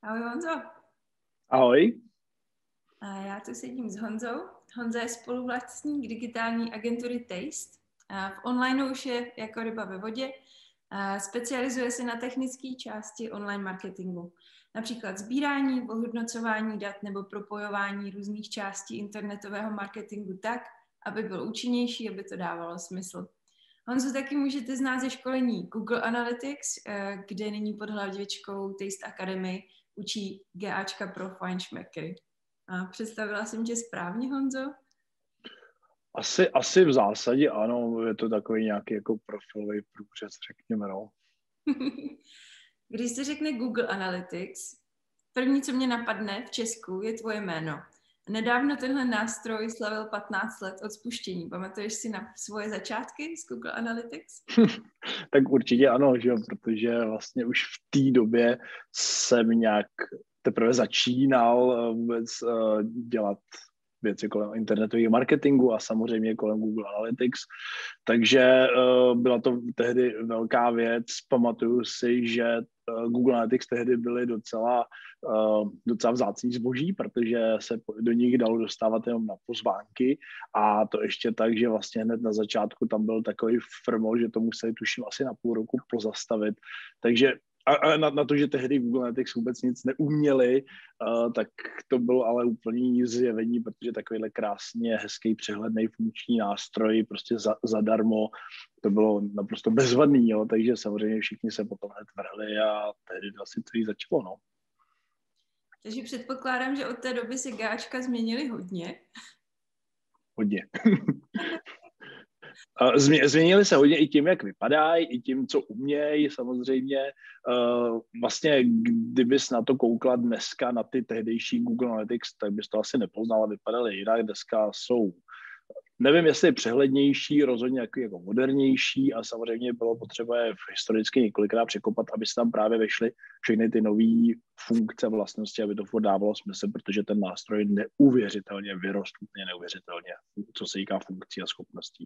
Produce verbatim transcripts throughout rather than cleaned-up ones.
Ahoj Honzo. Ahoj. A já tu sedím s Honzou. Honza je spoluvlastník digitální agentury Taste. A v online už je jako ryba ve vodě. A specializuje se na technické části online marketingu. Například sbírání, ohodnocování dat nebo propojování různých částí internetového marketingu tak, aby byl účinnější, aby to dávalo smysl. Honzu taky můžete znát ze školení Google Analytics, kde nyní pod hlavičkou Taste Academy učí GAčka pro fajnšmekry. A představila jsem tě správně, Honzo? Asi, asi v zásadě ano, je to takový nějaký jako profilový průřez, řekněme, no. Když se řekne Google Analytics, první, co mě napadne v Česku, je tvoje jméno. Nedávno tenhle nástroj slavil patnáct let od spuštění. Pamatuješ si na svoje začátky z Google Analytics? Tak určitě ano, že jo, protože vlastně už v té době jsem nějak teprve začínal vůbec uh, dělat věci kolem internetového marketingu a samozřejmě kolem Google Analytics. Takže uh, byla to tehdy velká věc. Pamatuju si, že uh, Google Analytics tehdy byly docela, uh, docela vzácný zboží, protože se do nich dalo dostávat jenom na pozvánky a to ještě tak, že vlastně hned na začátku tam byl takový firmol, že to museli tuším asi na půl roku pozastavit. Takže a, a na, na to, že tehdy Google Analytics vůbec nic neuměli, uh, tak to bylo ale úplný zjevení, protože takovýhle krásně hezký přehledný funkční nástroj prostě za, zadarmo, to bylo naprosto bezvadný, jo, takže samozřejmě všichni se potom hned vrhli a tehdy asi celý začalo, no. Takže předpokládám, že od té doby se GAčka změnily hodně. Hodně. Změnili se hodně i tím, jak vypadají, i tím, co umějí samozřejmě. Vlastně, kdybys na to koukla dneska na ty tehdejší Google Analytics, tak bys to asi nepoznala, vypadaly jinak. Dneska jsou, nevím, jestli přehlednější, rozhodně jako, jako modernější a samozřejmě bylo potřeba je historicky několikrát překopat, aby se tam právě vešly všechny ty nové funkce vlastnosti, aby to furt dávalo smysl, protože ten nástroj neuvěřitelně vyrost, úplně neuvěřitelně, co se týká funkcí a schopností.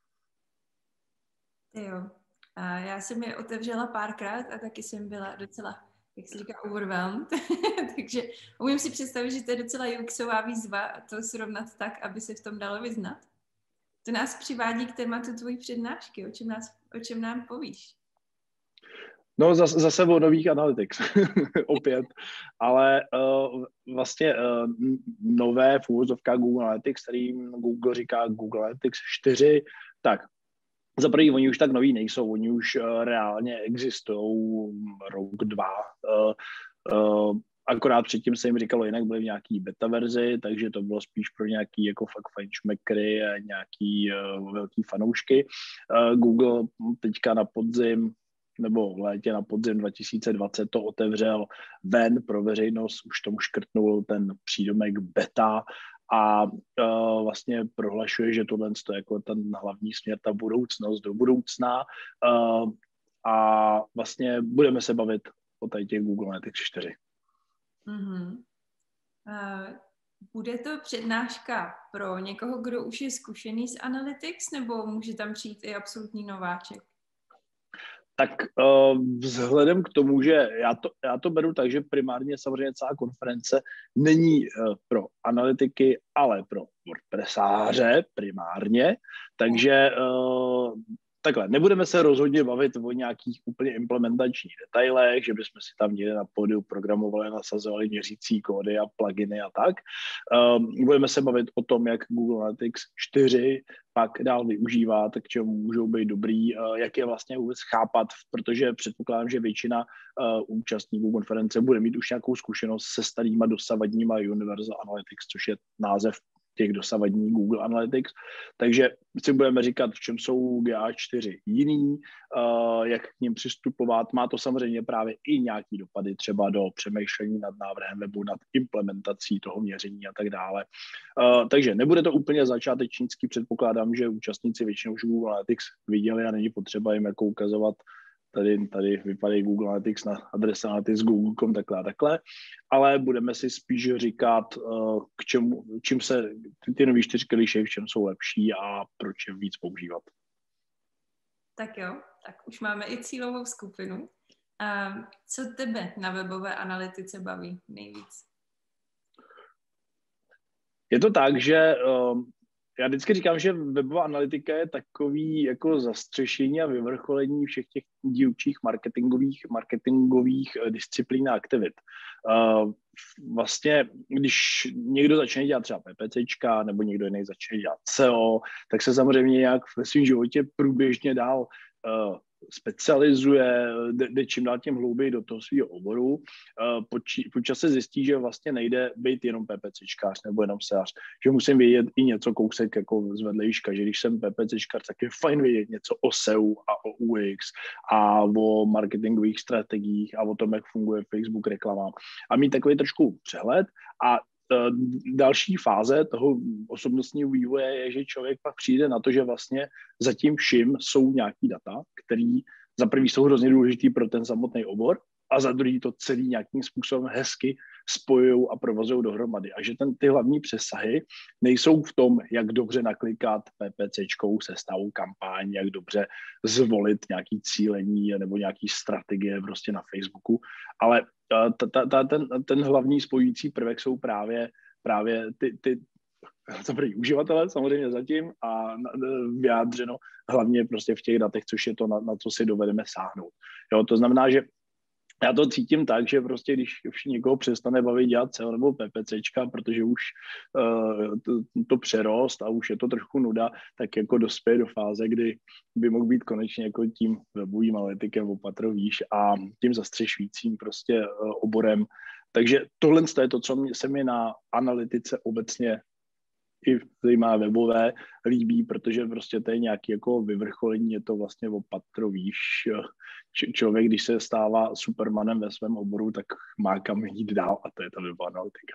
Jo. A já jsem je otevřela párkrát a taky jsem byla docela, jak se říká, overwhelmed. Takže umím si představit, že to je docela U Xová výzva a to srovnat tak, aby se v tom dalo vyznat. To nás přivádí k tématu tvojí přednášky. O čem, nás, o čem nám povíš? No zase, zase o nových Analytics, opět, ale uh, vlastně uh, nové v úvozovkách Google Analytics, kterým Google říká Google Analytics čtyři, tak za první, oni už tak noví nejsou, oni už uh, reálně existují rok, dva, uh, uh, akorát předtím se jim říkalo jinak, byly v nějaký beta verzi, takže to bylo spíš pro nějaký jako fakt fajnšmekry a nějaký uh, velký fanoušky. Uh, Google teďka na podzim nebo v létě na podzim dva tisíce dvacet to otevřel ven pro veřejnost, už tomu škrtnul ten přídomek beta a uh, vlastně prohlašuje, že tohle je jako ten hlavní směr, ta budoucnost do budoucna uh, a vlastně budeme se bavit o tady těch Google Analytics čtyři. Mm-hmm. Uh, bude to přednáška pro někoho, kdo už je zkušený z Analytics, nebo může tam přijít i absolutní nováček? Tak uh, vzhledem k tomu, že já to, já to beru tak, že primárně samozřejmě celá konference není uh, pro analytiky, ale pro WordPressáře primárně, takže uh, takhle, nebudeme se rozhodně bavit o nějakých úplně implementačních detailech, že bychom si tam někde na pódiu programovali, nasazovali měřící kódy a pluginy a tak. Um, budeme se bavit o tom, jak Google Analytics čtyři pak dál využívat, k čemu můžou být dobrý, uh, jak je vlastně vůbec chápat, protože předpokládám, že většina uh, účastníků konference bude mít už nějakou zkušenost se starýma dosavadníma Universal Analytics, což je název těch dosavadních Google Analytics. Takže si budeme říkat, v čem jsou G A čtyři jiný, uh, jak k ním přistupovat. Má to samozřejmě právě i nějaký dopady třeba do přemýšlení nad návrhem webu, nad implementací toho měření a tak dále. Uh, takže nebude to úplně začátečnický, předpokládám, že účastníci většinou už Google Analytics viděli a není potřeba jim jako ukazovat Tady, tady vypadají Google Analytics na adrese analytics google tečka com takhle a takhle, ale budeme si spíš říkat, k čemu, čím se ty, ty nový čtyřky liší, v čem jsou lepší a proč je víc používat. Tak jo, tak už máme i cílovou skupinu. A co tebe na webové analytice baví nejvíc? Je to tak, že um, já vždycky říkám, že webová analytika je takový jako zastřešení a vyvrcholení všech těch dílčích marketingových, marketingových disciplín a aktivit. Uh, vlastně, když někdo začne dělat třeba PPCčka nebo někdo jiný začne dělat S E O, tak se samozřejmě nějak ve svém životě průběžně dál uh, specializuje, jde, jde čím dál tím hlouběji do toho svého oboru. Po čase zjistí, že vlastně nejde být jenom PPCčkář nebo jenom SEAř, že musím vědět i něco kousek jako z vedlejška, že když jsem PPCčkář, tak je fajn vědět něco o S E O a o U X a o marketingových strategiích a o tom, jak funguje Facebook reklama a mít takový trošku přehled. A další fáze toho osobnostního vývoje je, že člověk pak přijde na to, že vlastně za tím vším jsou nějaký data, který za prvý jsou hrozně důležitý pro ten samotný obor a za druhý to celý nějakým způsobem hezky spojují a provozují dohromady. A že ten, ty hlavní přesahy nejsou v tom, jak dobře naklikat PPCčkou sestavu kampaň, jak dobře zvolit nějaký cílení nebo nějaký strategie prostě na Facebooku, ale ta, ta, ta, ten, ten hlavní spojující prvek jsou právě, právě ty, ty co prý uživatelé samozřejmě zatím a vyjádřeno hlavně prostě v těch datech, což je to, na, na co si dovedeme sáhnout. Jo, to znamená, že já to cítím tak, že prostě když už někoho přestane bavit dělat C E O nebo PPCčka, protože už uh, to, to přerost a už je to trošku nuda, tak jako dospěje do fáze, kdy by mohl být konečně jako tím webovým analytikem opatro výš a tím zastřešujícím prostě uh, oborem. Takže tohle je to, co mě, se mi na analytice obecně i zajímavé webové líbí, protože prostě to je nějaké jako vyvrcholení, je to vlastně opatro výš. Č- člověk, když se stává supermanem ve svém oboru, tak má kam jít dál a to je ta webová analytika.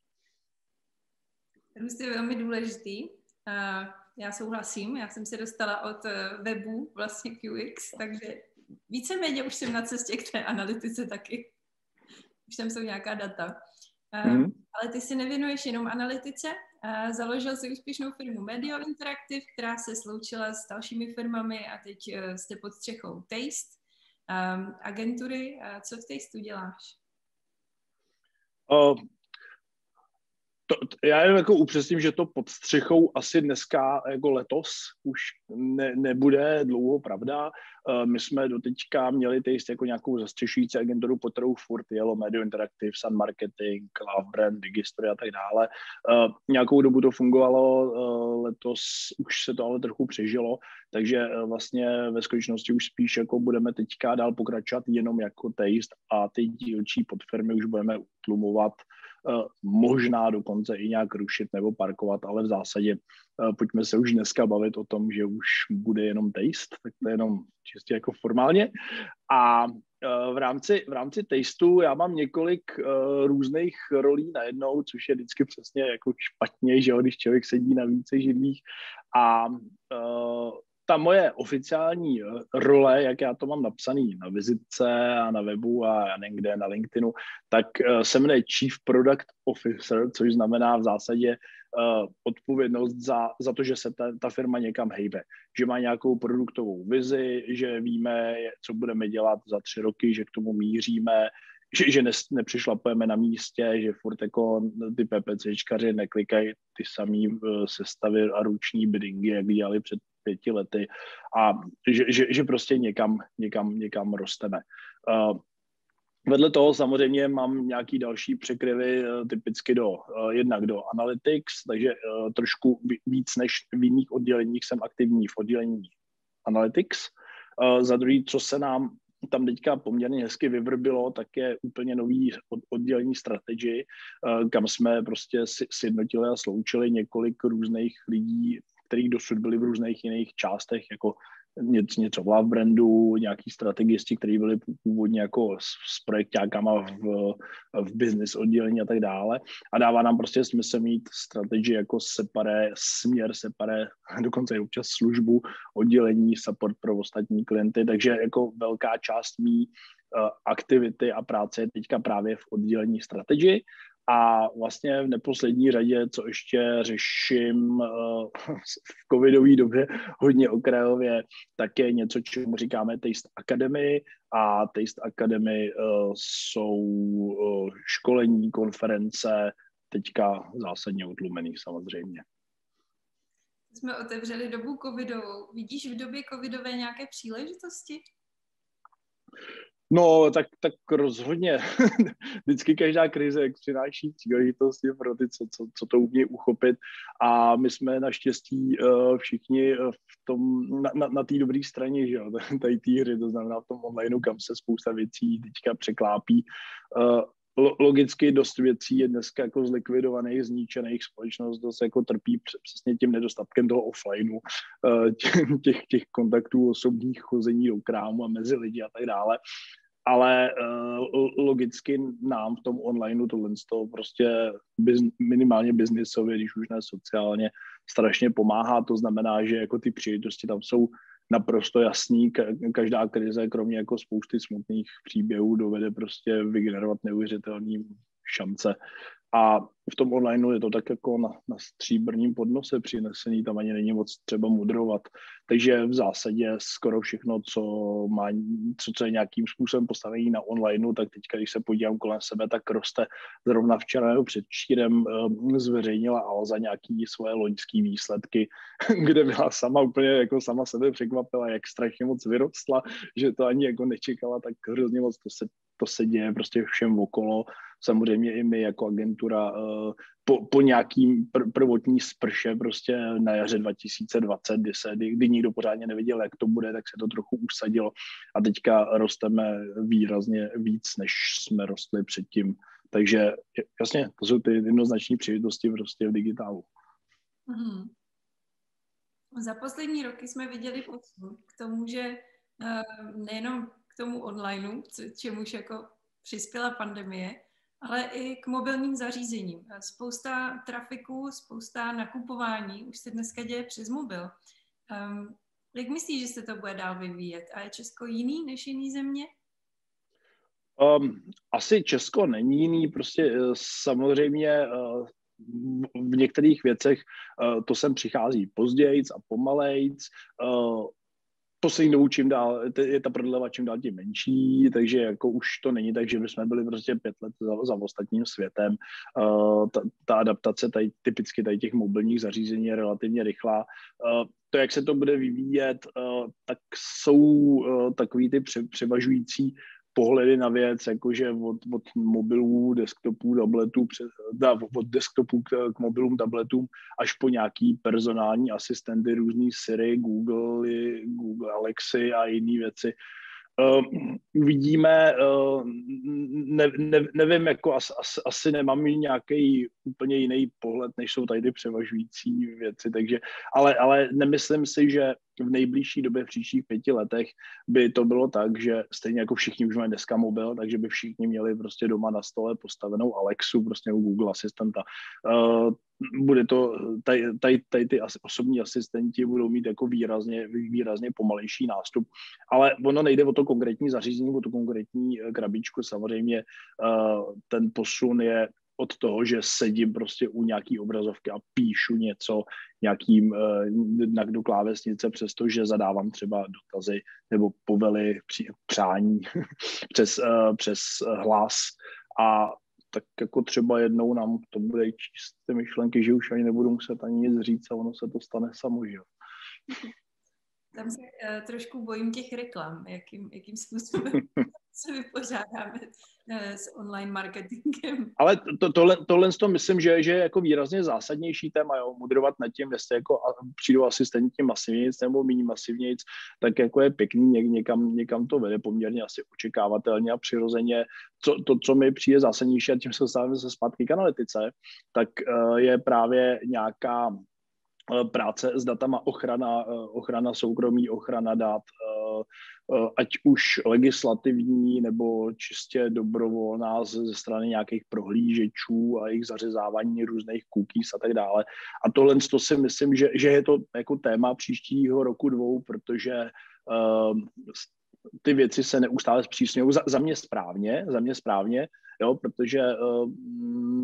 To je velmi důležitý. Já souhlasím, já jsem se dostala od webu vlastně k U X, takže víceméně už jsem na cestě k té analytice taky. Už tam jsou nějaká data. Mm. Ale ty si nevěnuješ jenom analytice. Založil si úspěšnou firmu Medio Interactive, která se sloučila s dalšími firmami a teď jste pod střechou Taste agentury. Co v Tasteu děláš? Uh, to, já jen jako upřesním, že to pod střechou asi dneska jako letos už ne, nebude dlouho pravda. Uh, my jsme doteďka měli Taste jako nějakou zastřešující agenturu, pod kterou furt jelo Medio Interactive, Sun Marketing, Love Brand, Digistory a tak dále. Uh, nějakou dobu to fungovalo, uh, letos už se to ale trochu přežilo, takže uh, vlastně ve skutečnosti už spíš jako budeme teďka dál pokračovat jenom jako Taste a ty dílčí podfirmy už budeme utlumovat, uh, možná dokonce i nějak rušit nebo parkovat, ale v zásadě uh, pojďme se už dneska bavit o tom, že už bude jenom Taste, tak to je jenom čistě jako formálně. A uh, v rámci, v rámci Tasteu já mám několik uh, různých rolí najednou, což je vždycky přesně jako špatně, že jo, když člověk sedí na více židlích. A uh, ta moje oficiální role, jak já to mám napsaný na vizitce a na webu a někde na LinkedInu, tak uh, se jmenuje Chief Product Officer, což znamená v zásadě uh, odpovědnost za, za to, že se ta, ta firma někam hejbe. Že má nějakou produktovou vizi, že víme, co budeme dělat za tři roky, že k tomu míříme, že, že ne, nepřišlapujeme na místě, že furt jako ty PPCčkaři neklikají ty samý uh, sestavy a ruční biddingy, jak dělali před pěti lety a že, že, že prostě někam, někam, někam rosteme. Uh, vedle toho samozřejmě mám nějaký další překryvy uh, typicky do uh, jednak do Analytics, takže uh, trošku víc než v jiných odděleních jsem aktivní v oddělení Analytics. Uh, za druhý, co se nám tam teďka poměrně hezky vyvrbilo, tak je úplně nový oddělení strategy, uh, kam jsme prostě sjednotili a sloučili několik různých lidí, kterých dosud byli v různých jiných částech, jako něco, něco v Love Brandu, nějaký strategisti, kteří byli původně jako s, s projekťákama v, v business oddělení a tak dále. A dává nám prostě smysl mít strategii jako separé, směr separé, dokonce i občas službu, oddělení, support pro ostatní klienty. Takže jako velká část mý uh, aktivity a práce je teďka právě v oddělení strategii. A vlastně v neposlední řadě, co ještě řeším v covidové době hodně okrajově, tak je něco, čemu říkáme Taste Academy. A Taste Academy jsou školení, konference, teďka zásadně utlumený samozřejmě. Jsme otevřeli dobu covidovou. Vidíš v době covidové nějaké příležitosti? No, tak, tak rozhodně. Vždycky každá krize přináší příležitosti pro ty, co, co, co to umí uchopit. A my jsme naštěstí uh, všichni v tom, na, na, na té dobré straně, že jo, tady té hry, to znamená v tom onlineu, kam se spousta věcí teďka překlápí. Uh, Logicky dost věcí je dneska jako zlikvidovaných, zničených, společnost dost jako trpí přesně tím nedostatkem toho offlineu, těch, těch kontaktů osobních, chození do krámu a mezi lidi a tak dále. Ale uh, logicky nám v tom onlineu tohle to prostě biz, minimálně biznisově, když už ne sociálně, strašně pomáhá. To znamená, že jako ty příležitosti tam jsou naprosto jasný. Každá krize, kromě jako spousty smutných příběhů, dovede prostě vygenerovat neuvěřitelné šance. A v tom onlineu je to tak jako na, na stříbrním podnose přinesený, tam ani není moc třeba mudrovat. Takže v zásadě skoro všechno, co má, co, co je nějakým způsobem postavený na onlineu, tak teďka, když se podívám kolem sebe, tak roste. Zrovna včera nebo předčírem um, zveřejnila Alza nějaký svoje loňské výsledky, kde byla sama úplně jako sama sebe překvapila, jak strašně moc vyrostla, že to ani jako nečekala, tak hrozně moc to se, to se děje prostě všem okolo. Samozřejmě i my jako agentura po, po nějakým pr- prvotní sprše prostě na jaře dva tisíce dvacet, kdy, se, kdy, kdy nikdo pořádně nevěděl, jak to bude, tak se to trochu usadilo a teďka rosteme výrazně víc, než jsme rostli předtím. Takže jasně, to jsou ty jednoznační příležitosti prostě v digitálu. Mm-hmm. Za poslední roky jsme viděli posun k tomu, že uh, nejenom k tomu onlineu, čemuž jako přispěla pandemie, ale i k mobilním zařízením. Spousta trafiku, spousta nakupování už se dneska děje přes mobil. Um, jak myslíš, že se to bude dál vyvíjet? A je Česko jiný než jiný země? Um, asi Česko není jiný, prostě samozřejmě uh, v některých věcech uh, to sem přichází pozdějc a pomalejc. Uh, poslední dobu čím dál, je ta prodleva čím dál tím menší, takže jako už to není tak, že bychom byli prostě pět let za, za ostatním světem. Uh, ta, ta adaptace tady, typicky tady těch mobilních zařízení je relativně rychlá. Uh, to, jak se to bude vyvíjet, uh, tak jsou uh, takový ty pře, převažující pohledy na věc, jakože od, od mobilů, desktopů, tabletů, před, da, od desktopů k, k mobilům, tabletům, až po nějaký personální asistenty, různý Siri, Google, Google Alexy a jiné věci. Uh, uvidíme, uh, ne, ne, nevím, jako as, as, asi nemám nějaký úplně jiný pohled, než jsou tady ty převažující věci, takže, ale, ale nemyslím si, že v nejbližší době, v příštích pěti letech by to bylo tak, že stejně jako všichni už mají dneska mobil, takže by všichni měli prostě doma na stole postavenou Alexu, prostě Google asistenta. Uh, bude to, tady, tady, tady ty osobní asistenti budou mít jako výrazně, výrazně pomalejší nástup, ale ono nejde o to konkrétní zařízení, o tu konkrétní krabičku, samozřejmě uh, ten posun je od toho, že sedím prostě u nějaký obrazovky a píšu něco nějakým uh, do klávesnice, přestože zadávám třeba dotazy nebo povely, přání přes, uh, přes hlas a tak jako třeba jednou nám to bude číst ty myšlenky, že už ani nebudu muset ani nic říct a ono se to stane samo, že jo. Tam se uh, trošku bojím těch reklam, jakým, jakým způsobem se vypořádáme uh, s online marketingem. Ale to, tohle, tohle to myslím, že, že je jako výrazně zásadnější téma, jo, mudrovat nad tím, jestli jako přijdou asistenti masivnějc nebo méně masivnějc, tak jako je pěkný, ně, někam, někam to vede poměrně asi očekávatelně a přirozeně. Co, to, co mi přijde zásadnější, a tím se dostáváme se zpátky k analytice, tak uh, je právě nějaká práce s datama, ochrana, ochrana soukromí, ochrana dat, ať už legislativní nebo čistě dobrovolná ze strany nějakých prohlížečů a jejich zařezávání různých cookies a tak dále. A tohle to si myslím, že, že je to jako téma příštího roku dvou, protože uh, ty věci se neustále zpřísňují. Za, za mě správně, za mě správně, jo, protože uh,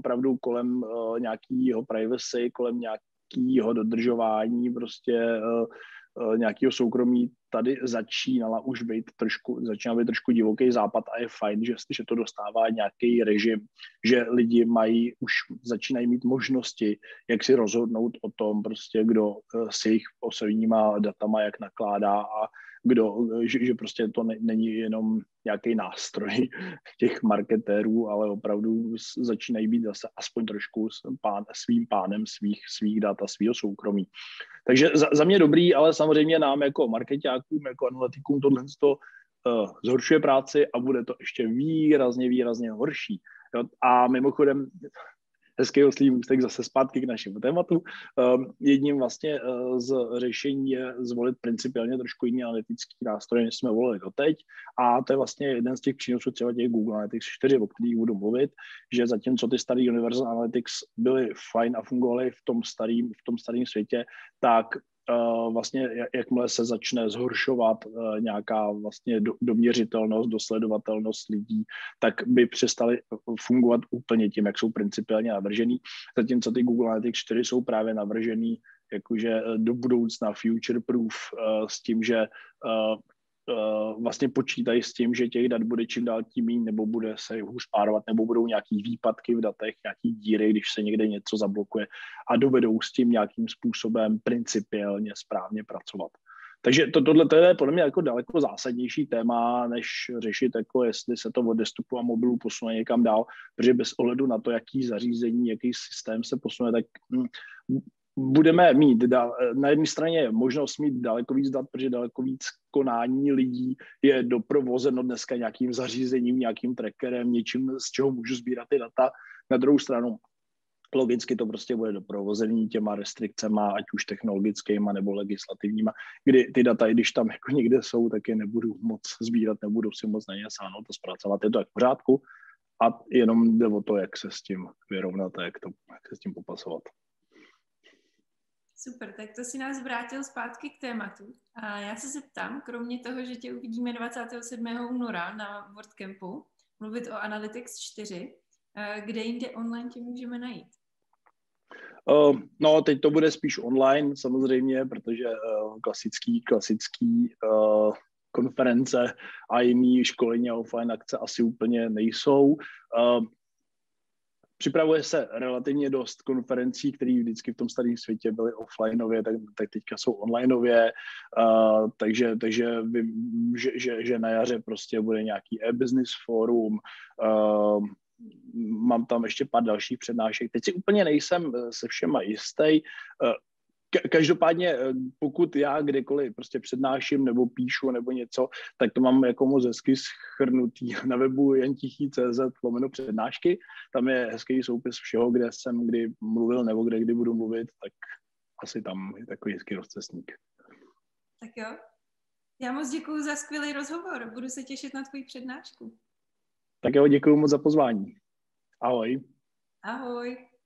opravdu kolem uh, nějakého privacy, kolem nějakého dodržování prostě uh, uh, nějakého soukromí tady začínala už být trošku, začíná být trošku divoký západ a je fajn, že, že to dostává nějaký režim, že lidi mají, už začínají mít možnosti, jak si rozhodnout o tom prostě, kdo uh, s jejich osobníma datama jak nakládá a kdo, že, že prostě to ne, není jenom nějaký nástroj těch marketérů, ale opravdu začínají být zase aspoň trošku pán, svým pánem svých, svých dat a svého soukromí. Takže za, za mě dobrý, ale samozřejmě nám jako marketákům, jako analytikům tohle to uh, zhoršuje práci a bude to ještě výrazně, výrazně horší. Jo? A mimochodem, hezký oslý můstek zase zpátky k našemu tématu. Um, jedním vlastně uh, z řešení je zvolit principiálně trošku jiný analytický nástroj, než jsme volili doteď. A to je vlastně jeden z těch přínosů třeba těch Google Analytics čtyři, o kterých budu mluvit, že zatímco ty starý Universal Analytics byly fajn a fungovaly v tom starým, v tom starém světě, tak Uh, vlastně jakmile se začne zhoršovat uh, nějaká vlastně do, doměřitelnost, dosledovatelnost lidí, tak by přestaly fungovat úplně tím, jak jsou principiálně navržený. Zatímco ty Google Analytics čtyři jsou právě navržený jakože do budoucna future proof uh, s tím, že uh, Uh, vlastně počítají s tím, že těch dat bude čím dál tím méně, nebo bude se hůř párovat, nebo budou nějaký výpadky v datech, nějaký díry, když se někde něco zablokuje a dovedou s tím nějakým způsobem principiálně správně pracovat. Takže to, tohle to je podle mě jako daleko zásadnější téma, než řešit, jako jestli se to od desktopu a mobilu posune někam dál, protože bez ohledu na to, jaký zařízení, jaký systém se posune, tak hm, budeme mít na jedné straně možnost mít daleko víc dat, protože daleko víc konání lidí je doprovozeno dneska nějakým zařízením, nějakým trackerem, něčím, z čeho můžu sbírat ty data. Na druhou stranu logicky to prostě bude doprovozený těma restrikcema, ať už technologickýma nebo legislativníma, kdy ty data, i když tam jako někde jsou, tak je nebudu moc sbírat, nebudu si moc na ně sáhnout a zpracovat. Je to jak v pořádku a jenom jde o to, jak se s tím vyrovnat a jak, to, jak se s tím popasovat. Super, tak to si nás vrátil zpátky k tématu. A já se zeptám, kromě toho, že tě uvidíme dvacátého sedmého února na WordCampu, mluvit o Analytics čtyři, kde jinde online tě můžeme najít? Uh, no, teď to bude spíš online samozřejmě, protože uh, klasický, klasický uh, konference a jiný školení a offline akce asi úplně nejsou. Uh, Připravuje se relativně dost konferencí, které vždycky v tom starém světě byly offlineově, tak, tak teďka jsou onlineově, uh, takže, takže vím, že, že, že na jaře prostě bude nějaký e-business forum, uh, mám tam ještě pár dalších přednášek. Teď si úplně nejsem se všema jistý. Každopádně, pokud já kdekoliv prostě přednáším nebo píšu nebo něco, tak to mám jako moc hezky shrnutý na webu jentichý tečka cz lomeno přednášky. Tam je hezký soupis všeho, kde jsem kdy mluvil nebo kde kdy budu mluvit, tak asi tam je takový hezký rozcestník. Tak jo. Já moc děkuju za skvělý rozhovor. Budu se těšit na tvoji přednášku. Tak jo, děkuju moc za pozvání. Ahoj. Ahoj.